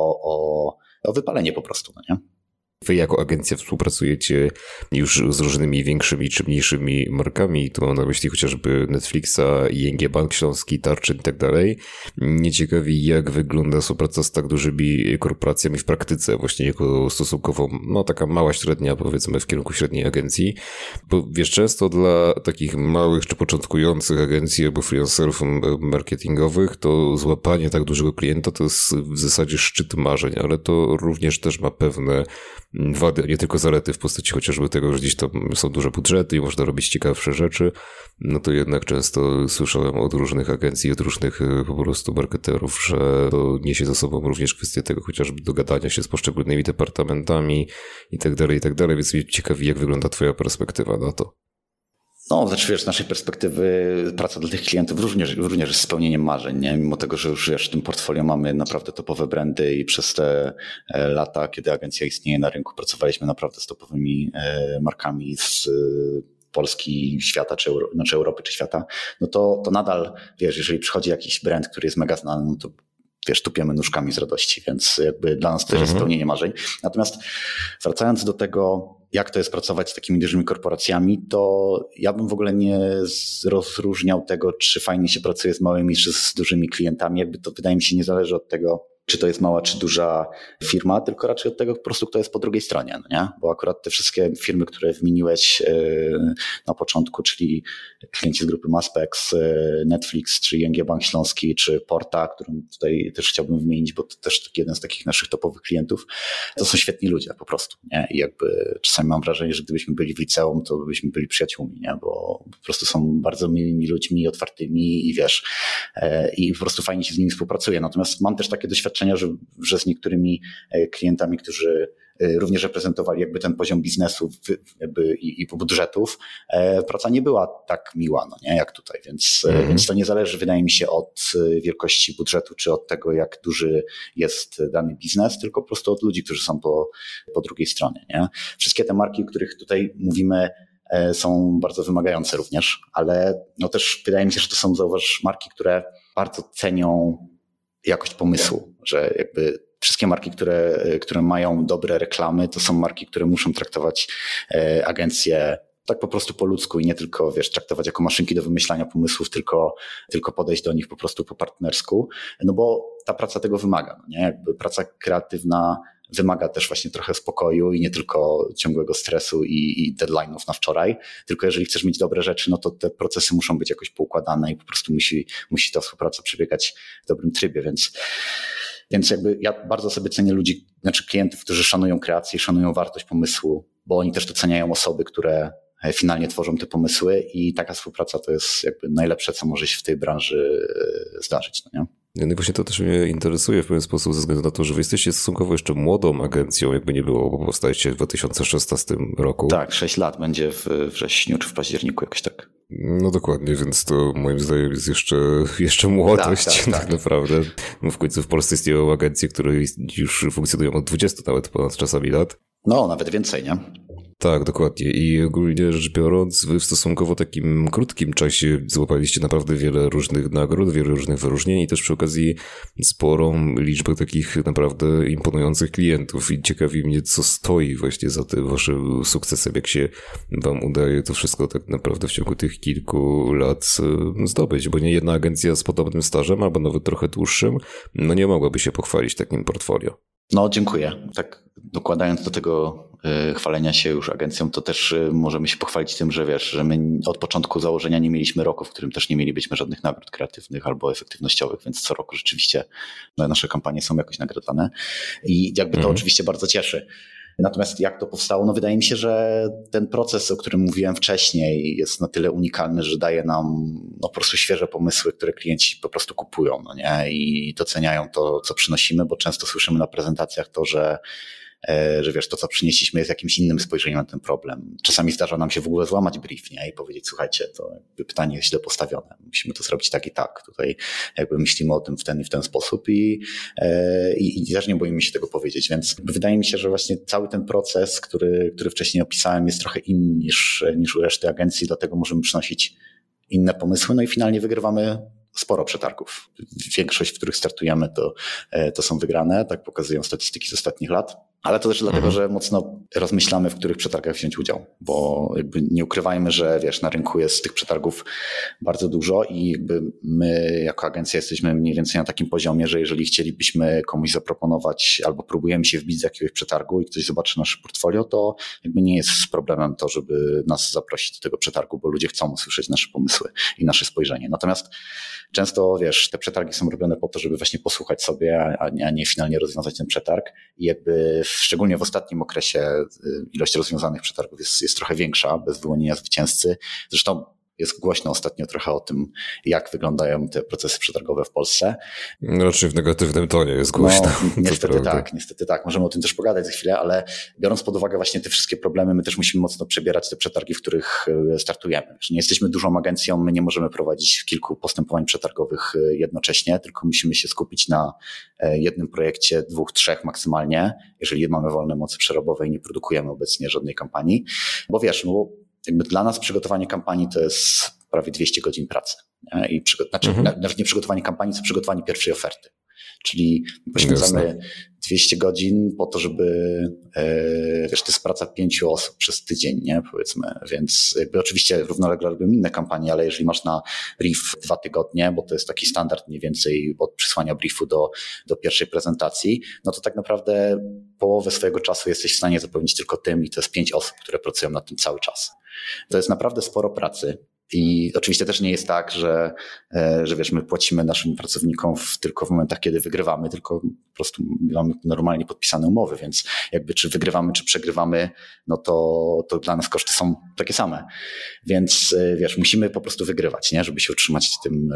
o wypalenie po prostu, no nie? Wy jako agencja współpracujecie już z różnymi większymi czy mniejszymi markami, tu mam na myśli chociażby Netflixa, ING Bank Śląski, Tarczyn i tak dalej. Mnie ciekawi, jak wygląda współpraca z tak dużymi korporacjami w praktyce, właśnie jako stosunkowo, no taka mała, średnia, powiedzmy w kierunku średniej agencji, bo wiesz, często dla takich małych czy początkujących agencji albo freelancerów marketingowych to złapanie tak dużego klienta to jest w zasadzie szczyt marzeń, ale to również też ma pewne wady, a nie tylko zalety w postaci chociażby tego, że gdzieś tam są duże budżety i można robić ciekawsze rzeczy, no to jednak często słyszałem od różnych agencji, od różnych po prostu marketerów, że to niesie za sobą również kwestię tego chociażby dogadania się z poszczególnymi departamentami i tak dalej, więc mnie ciekawi, jak wygląda twoja perspektywa na to. No, znaczy wiesz, z naszej perspektywy praca dla tych klientów również jest spełnieniem marzeń, nie? Mimo tego, że już wiesz, w tym portfolio mamy naprawdę topowe brandy i przez te lata, kiedy agencja istnieje na rynku, pracowaliśmy naprawdę z topowymi markami z Polski, świata, czy Europy, czy świata, no to nadal, wiesz, jeżeli przychodzi jakiś brand, który jest mega znany, no to wiesz, tupiemy nóżkami z radości, więc jakby dla nas to też jest spełnienie marzeń. Natomiast wracając do tego, jak to jest pracować z takimi dużymi korporacjami, to ja bym w ogóle nie rozróżniał tego, czy fajnie się pracuje z małymi, czy z dużymi klientami. Jakby to wydaje mi się nie zależy od tego, czy to jest mała, czy duża firma, tylko raczej od tego po prostu, kto jest po drugiej stronie, no nie? Bo akurat te wszystkie firmy, które wymieniłeś na początku, czyli klienci z grupy Maspex, Netflix, czy ING Bank Śląski, czy Porta, którą tutaj też chciałbym wymienić, bo to też jeden z takich naszych topowych klientów, to są świetni ludzie po prostu, nie? I jakby czasami mam wrażenie, że gdybyśmy byli w liceum, to byśmy byli przyjaciółmi, nie? Bo po prostu są bardzo miłymi ludźmi, otwartymi i wiesz, i po prostu fajnie się z nimi współpracuje. Natomiast mam też takie doświadczenia, że z niektórymi klientami, którzy również reprezentowali jakby ten poziom biznesu jakby i budżetów, praca nie była tak miła, no nie, jak tutaj, więc to nie zależy, wydaje mi się, od wielkości budżetu, czy od tego, jak duży jest dany biznes, tylko po prostu od ludzi, którzy są po drugiej stronie, nie? Wszystkie te marki, o których tutaj mówimy, są bardzo wymagające również, ale no też wydaje mi się, że to są, zauważ, marki, które bardzo cenią jakość pomysłu, że jakby wszystkie marki, które mają dobre reklamy, to są marki, które muszą traktować agencje tak po prostu po ludzku i nie tylko, wiesz, traktować jako maszynki do wymyślania pomysłów, tylko podejść do nich po prostu po partnersku, no bo ta praca tego wymaga, no nie? Jakby praca kreatywna wymaga też właśnie trochę spokoju i nie tylko ciągłego stresu i deadline'ów na wczoraj, tylko jeżeli chcesz mieć dobre rzeczy, no to te procesy muszą być jakoś poukładane i po prostu musi ta współpraca przebiegać w dobrym trybie, więc jakby ja bardzo sobie cenię ludzi, znaczy klientów, którzy szanują kreację, szanują wartość pomysłu, bo oni też doceniają osoby, które finalnie tworzą te pomysły i taka współpraca to jest jakby najlepsze, co może się w tej branży zdarzyć, no nie? No i właśnie to też mnie interesuje w pewien sposób ze względu na to, że wy jesteście stosunkowo jeszcze młodą agencją, jakby nie było, bo powstajecie w 2016 roku. Tak, 6 lat będzie w wrześniu czy w październiku, jakoś tak. No dokładnie, więc to moim zdaniem jest jeszcze młodość tak naprawdę. No w końcu w Polsce istnieją agencje, które już funkcjonują od 20 nawet ponad czasami lat. No, nawet więcej, nie? Tak, dokładnie. I ogólnie rzecz biorąc, wy w stosunkowo takim krótkim czasie złapaliście naprawdę wiele różnych nagród, wiele różnych wyróżnień i też przy okazji sporą liczbę takich naprawdę imponujących klientów. I ciekawi mnie, co stoi właśnie za tym waszym sukcesem, jak się wam udaje to wszystko tak naprawdę w ciągu tych kilku lat zdobyć, bo nie jedna agencja z podobnym stażem, albo nawet trochę dłuższym, no nie mogłaby się pochwalić takim portfolio. No, dziękuję. Tak dokładając do tego chwalenia się już agencją, to też możemy się pochwalić tym, że wiesz, że my od początku założenia nie mieliśmy roku, w którym też nie mielibyśmy żadnych nagród kreatywnych albo efektywnościowych, więc co roku rzeczywiście nasze kampanie są jakoś nagradzane i jakby to oczywiście bardzo cieszy. Natomiast jak to powstało? No wydaje mi się, że ten proces, o którym mówiłem wcześniej, jest na tyle unikalny, że daje nam po prostu świeże pomysły, które klienci po prostu kupują, no nie? I doceniają to, co przynosimy, bo często słyszymy na prezentacjach to, że wiesz, to co przynieśliśmy jest jakimś innym spojrzeniem na ten problem. Czasami zdarza nam się w ogóle złamać brief, nie? I powiedzieć, słuchajcie, to pytanie jest źle postawione. Musimy to zrobić tak i tak. Tutaj jakby myślimy o tym w ten i w ten sposób i też nie boimy się tego powiedzieć. Więc wydaje mi się, że właśnie cały ten proces, który wcześniej opisałem, jest trochę inny niż u reszty agencji, dlatego możemy przynosić inne pomysły, no i finalnie wygrywamy sporo przetargów. Większość, w których startujemy, to są wygrane, tak pokazują statystyki z ostatnich lat. Ale to też dlatego, że mocno rozmyślamy, w których przetargach wziąć udział, bo jakby nie ukrywajmy, że wiesz, na rynku jest tych przetargów bardzo dużo i jakby my jako agencja jesteśmy mniej więcej na takim poziomie, że jeżeli chcielibyśmy komuś zaproponować albo próbujemy się wbić z jakiegoś przetargu i ktoś zobaczy nasze portfolio, to jakby nie jest problemem to, żeby nas zaprosić do tego przetargu, bo ludzie chcą usłyszeć nasze pomysły i nasze spojrzenie. Natomiast często, wiesz, te przetargi są robione po to, żeby właśnie posłuchać sobie, a nie finalnie rozwiązać ten przetarg i jakby szczególnie w ostatnim okresie ilość rozwiązanych przetargów jest trochę większa, bez wyłonienia zwycięzcy. Zresztą jest głośno ostatnio trochę o tym, jak wyglądają te procesy przetargowe w Polsce. No, raczej w negatywnym tonie jest głośno. No, niestety tak. Możemy o tym też pogadać za chwilę, ale biorąc pod uwagę właśnie te wszystkie problemy, my też musimy mocno przebierać te przetargi, w których startujemy. Nie jesteśmy dużą agencją, my nie możemy prowadzić kilku postępowań przetargowych jednocześnie, tylko musimy się skupić na jednym projekcie, 2, 3 maksymalnie, jeżeli mamy wolne moce przerobowe i nie produkujemy obecnie żadnej kampanii. Bo wiesz, jakby dla nas przygotowanie kampanii to jest prawie 200 godzin pracy. Nie? I nawet nie przygotowanie kampanii, co przygotowanie pierwszej oferty. Czyli poświęcamy 200 godzin po to, żeby, wiesz, to jest praca 5 osób przez tydzień, nie, powiedzmy, więc jakby oczywiście równolegle robimy inne kampanie, ale jeżeli masz na brief 2 tygodnie, bo to jest taki standard mniej więcej od przysłania briefu do pierwszej prezentacji, no to tak naprawdę połowę swojego czasu jesteś w stanie zapewnić tylko tym i to jest 5 osób, które pracują nad tym cały czas. To jest naprawdę sporo pracy. I oczywiście też nie jest tak, że wiesz, my płacimy naszym pracownikom tylko w momentach, kiedy wygrywamy, tylko po prostu mamy normalnie podpisane umowy, więc jakby czy wygrywamy, czy przegrywamy, no to dla nas koszty są takie same. Więc wiesz, musimy po prostu wygrywać, nie? Żeby się utrzymać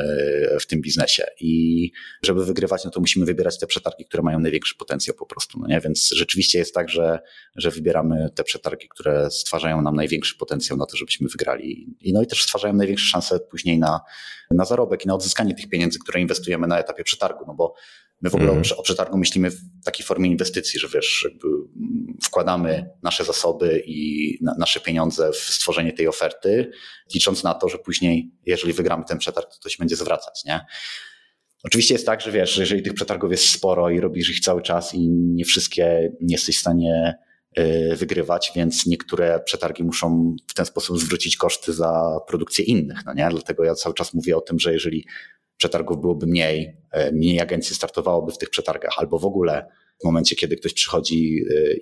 w tym biznesie. I żeby wygrywać, no to musimy wybierać te przetargi, które mają największy potencjał po prostu, no nie? Więc rzeczywiście jest tak, że wybieramy te przetargi, które stwarzają nam największy potencjał na to, żebyśmy wygrali. No i też stwarzają największe szanse później na zarobek i na odzyskanie tych pieniędzy, które inwestujemy na etapie przetargu, no bo my w ogóle o przetargu myślimy w takiej formie inwestycji, że wiesz, jakby wkładamy nasze zasoby i nasze pieniądze w stworzenie tej oferty, licząc na to, że później, jeżeli wygramy ten przetarg, to się będzie zwracać, nie? Oczywiście jest tak, że wiesz, że jeżeli tych przetargów jest sporo i robisz ich cały czas i nie wszystkie nie jesteś w stanie wygrywać, więc niektóre przetargi muszą w ten sposób zwrócić koszty za produkcję innych, no nie? Dlatego ja cały czas mówię o tym, że jeżeli przetargów byłoby mniej agencji startowałoby w tych przetargach, albo w ogóle w momencie, kiedy ktoś przychodzi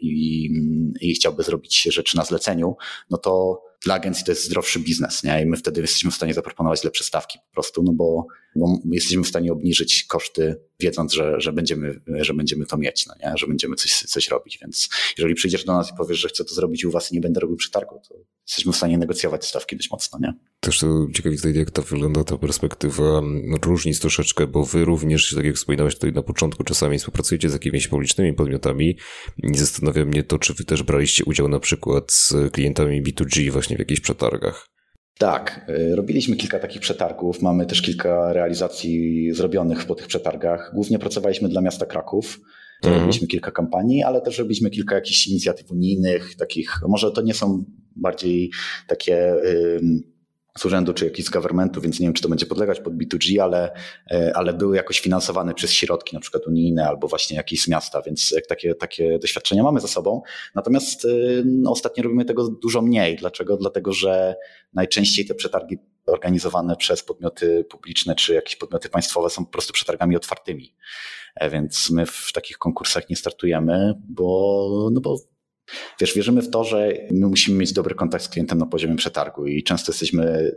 i chciałby zrobić rzeczy na zleceniu, no to dla agencji to jest zdrowszy biznes, nie? I my wtedy jesteśmy w stanie zaproponować lepsze stawki po prostu, no bo jesteśmy w stanie obniżyć koszty, wiedząc, że będziemy to mieć, no nie? Że będziemy coś robić, więc jeżeli przyjdziesz do nas i powiesz, że chcę to zrobić u was i nie będę robił przetargu, to jesteśmy w stanie negocjować stawki dość mocno, nie? Też to ciekawi wtedy, jak to wygląda ta perspektywa różnic troszeczkę, bo wy również, tak jak wspominałeś tutaj na początku, czasami współpracujecie z jakimiś publicznymi podmiotami i zastanawia mnie to, czy wy też braliście udział na przykład z klientami B2G właśnie w jakichś przetargach. Tak, robiliśmy kilka takich przetargów, mamy też kilka realizacji zrobionych po tych przetargach. Głównie pracowaliśmy dla miasta Kraków, robiliśmy kilka kampanii, ale też robiliśmy kilka jakichś inicjatyw unijnych, takich, może to nie są bardziej takie z urzędu czy jakiś z governmentu, więc nie wiem, czy to będzie podlegać pod B2G, ale były jakoś finansowane przez środki na przykład unijne albo właśnie jakieś z miasta, więc takie doświadczenia mamy za sobą. Natomiast ostatnio robimy tego dużo mniej. Dlaczego? Dlatego, że najczęściej te przetargi organizowane przez podmioty publiczne czy jakieś podmioty państwowe są po prostu przetargami otwartymi. Więc my w takich konkursach nie startujemy, bo Wiesz, wierzymy w to, że my musimy mieć dobry kontakt z klientem na poziomie przetargu i często jesteśmy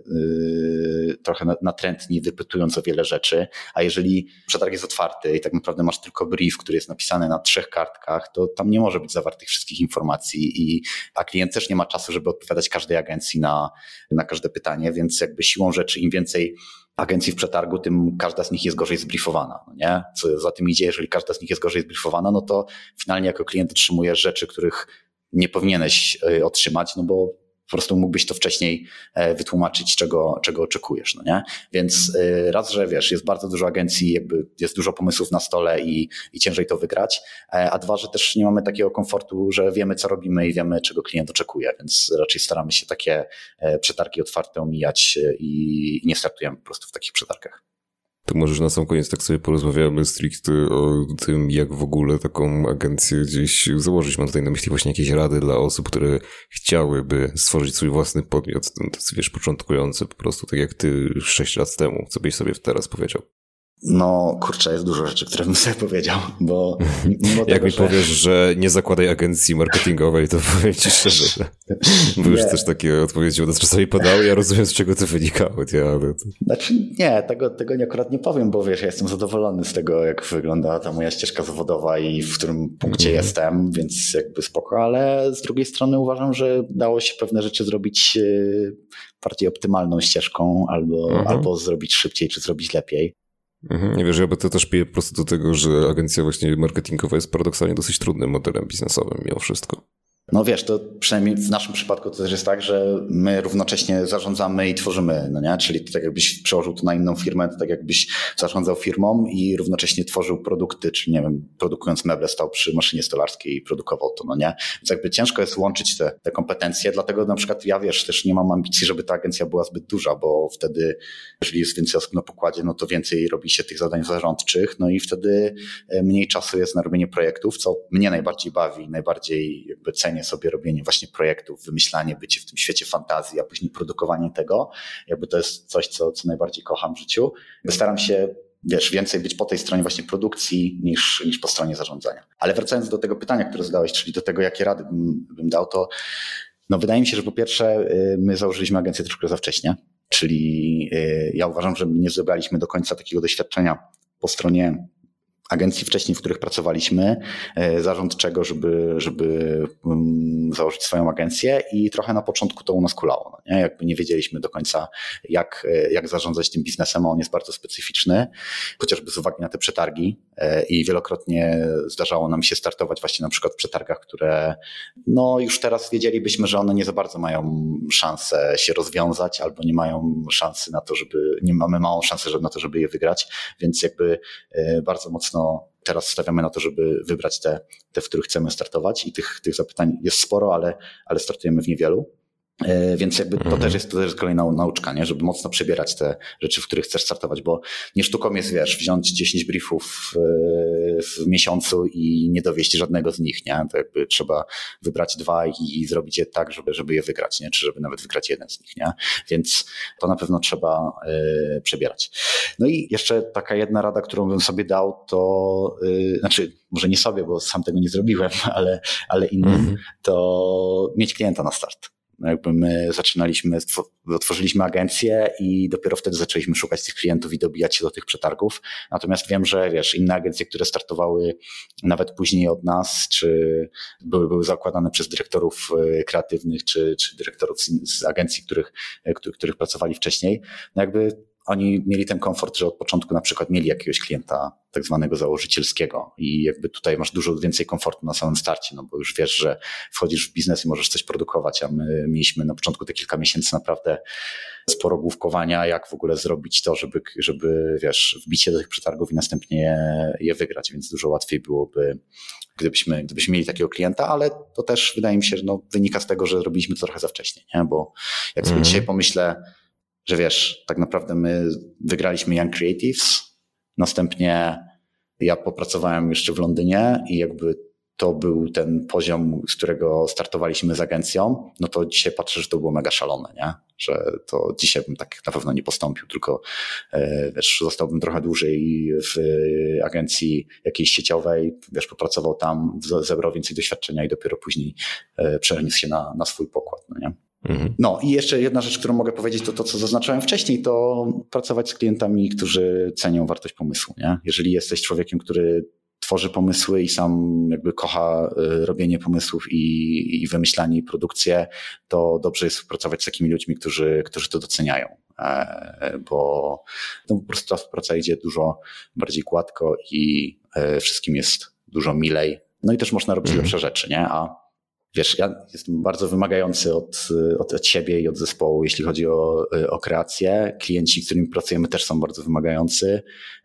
trochę natrętni, wypytując o wiele rzeczy, a jeżeli przetarg jest otwarty i tak naprawdę masz tylko brief, który jest napisany na 3 kartkach, to tam nie może być zawartych wszystkich informacji, a klient też nie ma czasu, żeby odpowiadać każdej agencji na każde pytanie, więc jakby siłą rzeczy im więcej agencji w przetargu, tym każda z nich jest gorzej zbriefowana. No nie? Co za tym idzie, jeżeli każda z nich jest gorzej zbriefowana, no to finalnie jako klient otrzymujesz rzeczy, których nie powinieneś otrzymać, no bo po prostu mógłbyś to wcześniej wytłumaczyć, czego oczekujesz. No nie? Więc raz, że wiesz, jest bardzo dużo agencji, jakby jest dużo pomysłów na stole i ciężej to wygrać, a dwa, że też nie mamy takiego komfortu, że wiemy, co robimy i wiemy, czego klient oczekuje, więc raczej staramy się takie przetargi otwarte omijać i nie startujemy po prostu w takich przetargach. To może na sam koniec tak sobie porozmawiamy stricte o tym, jak w ogóle taką agencję gdzieś założyć. Mam tutaj na myśli właśnie jakieś rady dla osób, które chciałyby stworzyć swój własny podmiot. Tacy, wiesz, początkujący po prostu, tak jak ty 6 lat temu. Co byś sobie teraz powiedział? No kurczę, jest dużo rzeczy, które bym sobie powiedział, bo mimo jak tego, mi powiesz, że nie zakładaj agencji marketingowej, to powiem ci szczerze, bo już też takie odpowiedzi od nas czasami padały, ja rozumiem, z czego to wynikało. Ale... Znaczy nie, tego akurat nie powiem, bo wiesz, ja jestem zadowolony z tego, jak wygląda ta moja ścieżka zawodowa i w którym punkcie jestem, więc jakby spoko, ale z drugiej strony uważam, że dało się pewne rzeczy zrobić bardziej optymalną ścieżką albo zrobić szybciej, czy zrobić lepiej. Nie wiesz, ja to też piję po prostu do tego, że agencja właśnie marketingowa jest paradoksalnie dosyć trudnym modelem biznesowym mimo wszystko. No wiesz, to przynajmniej w naszym przypadku to też jest tak, że my równocześnie zarządzamy i tworzymy, no nie? Czyli to tak jakbyś przełożył to na inną firmę, to tak jakbyś zarządzał firmą i równocześnie tworzył produkty, czyli nie wiem, produkując meble stał przy maszynie stolarskiej i produkował to, no nie? Więc jakby ciężko jest łączyć te kompetencje, dlatego na przykład ja wiesz, też nie mam ambicji, żeby ta agencja była zbyt duża, bo wtedy, jeżeli jest więcej osób na pokładzie, no to więcej robi się tych zadań zarządczych, no i wtedy mniej czasu jest na robienie projektów, co mnie najbardziej bawi, najbardziej jakby cenię sobie robienie właśnie projektów, wymyślanie, bycie w tym świecie fantazji, a później produkowanie tego. Jakby to jest coś, co najbardziej kocham w życiu. Staram się, wiesz, więcej być po tej stronie właśnie produkcji niż po stronie zarządzania. Ale wracając do tego pytania, które zadałeś, czyli do tego, jakie rady bym dał, to no wydaje mi się, że po pierwsze my założyliśmy agencję troszkę za wcześnie, czyli ja uważam, że nie zebraliśmy do końca takiego doświadczenia po stronie agencji wcześniej, w których pracowaliśmy, zarząd czego, żeby założyć swoją agencję i trochę na początku to u nas kulało. No nie? Jakby nie wiedzieliśmy do końca, jak zarządzać tym biznesem, a on jest bardzo specyficzny, chociażby z uwagi na te przetargi i wielokrotnie zdarzało nam się startować właśnie na przykład w przetargach, które no już teraz wiedzielibyśmy, że one nie za bardzo mają szansę się rozwiązać albo nie mają szansy na to, mamy małą szansę na to, żeby je wygrać, więc jakby bardzo mocno teraz stawiamy na to, żeby wybrać te, w których chcemy startować i tych zapytań jest sporo, ale startujemy w niewielu. Więc jakby to też jest kolejna nauczka, nie? Żeby mocno przebierać te rzeczy, w których chcesz startować, bo nie sztuką jest, wiesz, wziąć 10 briefów w miesiącu i nie dowieść żadnego z nich, nie? To jakby trzeba wybrać 2 i zrobić je tak, żeby je wygrać, nie? Czy żeby nawet wygrać jeden z nich, nie? Więc to na pewno trzeba przebierać. No i jeszcze taka jedna rada, którą bym sobie dał, to znaczy może nie sobie, bo sam tego nie zrobiłem, ale innym, to mieć klienta na start. No jakby my otworzyliśmy agencję i dopiero wtedy zaczęliśmy szukać tych klientów i dobijać się do tych przetargów. Natomiast wiem, że wiesz, inne agencje, które startowały nawet później od nas, czy były zakładane przez dyrektorów kreatywnych, czy dyrektorów z agencji, których pracowali wcześniej, no jakby oni mieli ten komfort, że od początku na przykład mieli jakiegoś klienta tak zwanego założycielskiego i jakby tutaj masz dużo więcej komfortu na samym starcie, no bo już wiesz, że wchodzisz w biznes i możesz coś produkować, a my mieliśmy na początku te kilka miesięcy naprawdę sporo główkowania, jak w ogóle zrobić to, żeby wiesz, wbić się do tych przetargów i następnie je wygrać, więc dużo łatwiej byłoby, gdybyśmy mieli takiego klienta, ale to też wydaje mi się, że no, wynika z tego, że robiliśmy to trochę za wcześnie, nie? Bo jak sobie dzisiaj pomyślę, że wiesz, tak naprawdę my wygraliśmy Young Creatives, następnie ja popracowałem jeszcze w Londynie i jakby to był ten poziom, z którego startowaliśmy z agencją, no to dzisiaj patrzę, że to było mega szalone, nie? Że to dzisiaj bym tak na pewno nie postąpił, tylko wiesz, zostałbym trochę dłużej w agencji jakiejś sieciowej, wiesz, popracował tam, zebrał więcej doświadczenia i dopiero później przeniósł się na swój pokład, no nie? No i jeszcze jedna rzecz, którą mogę powiedzieć, to co zaznaczałem wcześniej, to pracować z klientami, którzy cenią wartość pomysłu, nie? Jeżeli jesteś człowiekiem, który tworzy pomysły i sam jakby kocha robienie pomysłów i wymyślanie i produkcję, to dobrze jest pracować z takimi ludźmi, którzy to doceniają, bo no po prostu ta praca idzie dużo bardziej gładko i wszystkim jest dużo milej. No i też można robić lepsze rzeczy, nie? A wiesz, ja jestem bardzo wymagający od siebie i od zespołu, jeśli chodzi o kreację. Klienci, z którymi pracujemy, też są bardzo wymagający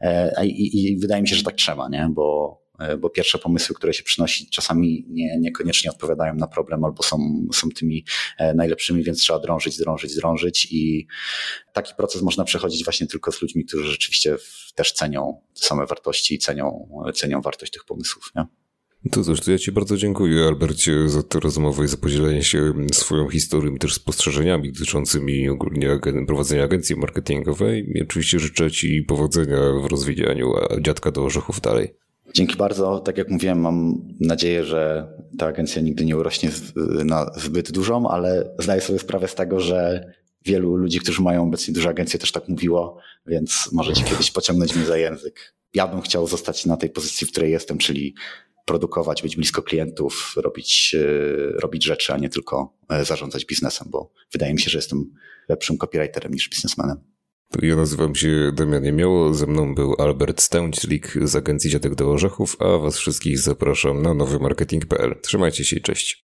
i wydaje mi się, że tak trzeba, nie? Bo pierwsze pomysły, które się przynosi, czasami niekoniecznie odpowiadają na problem albo są tymi najlepszymi, więc trzeba drążyć i taki proces można przechodzić właśnie tylko z ludźmi, którzy rzeczywiście też cenią te same wartości i cenią wartość tych pomysłów, nie? To cóż, to ja Ci bardzo dziękuję, Albercie, za tę rozmowę i za podzielenie się swoją historią, też spostrzeżeniami dotyczącymi ogólnie prowadzenia agencji marketingowej i oczywiście życzę Ci powodzenia w rozwijaniu dziadka do orzechów dalej. Dzięki bardzo. Tak jak mówiłem, mam nadzieję, że ta agencja nigdy nie urośnie na zbyt dużą, ale zdaję sobie sprawę z tego, że wielu ludzi, którzy mają obecnie duże agencje, też tak mówiło, więc możecie kiedyś pociągnąć mnie za język. Ja bym chciał zostać na tej pozycji, w której jestem, czyli produkować, być blisko klientów, robić rzeczy, a nie tylko zarządzać biznesem, bo wydaje mi się, że jestem lepszym copywriterem niż biznesmenem. Ja nazywam się Damian Jemioło, ze mną był Albert Stęćlik z agencji Dziadek do Orzechów, a was wszystkich zapraszam na nowymarketing.pl. Trzymajcie się i cześć.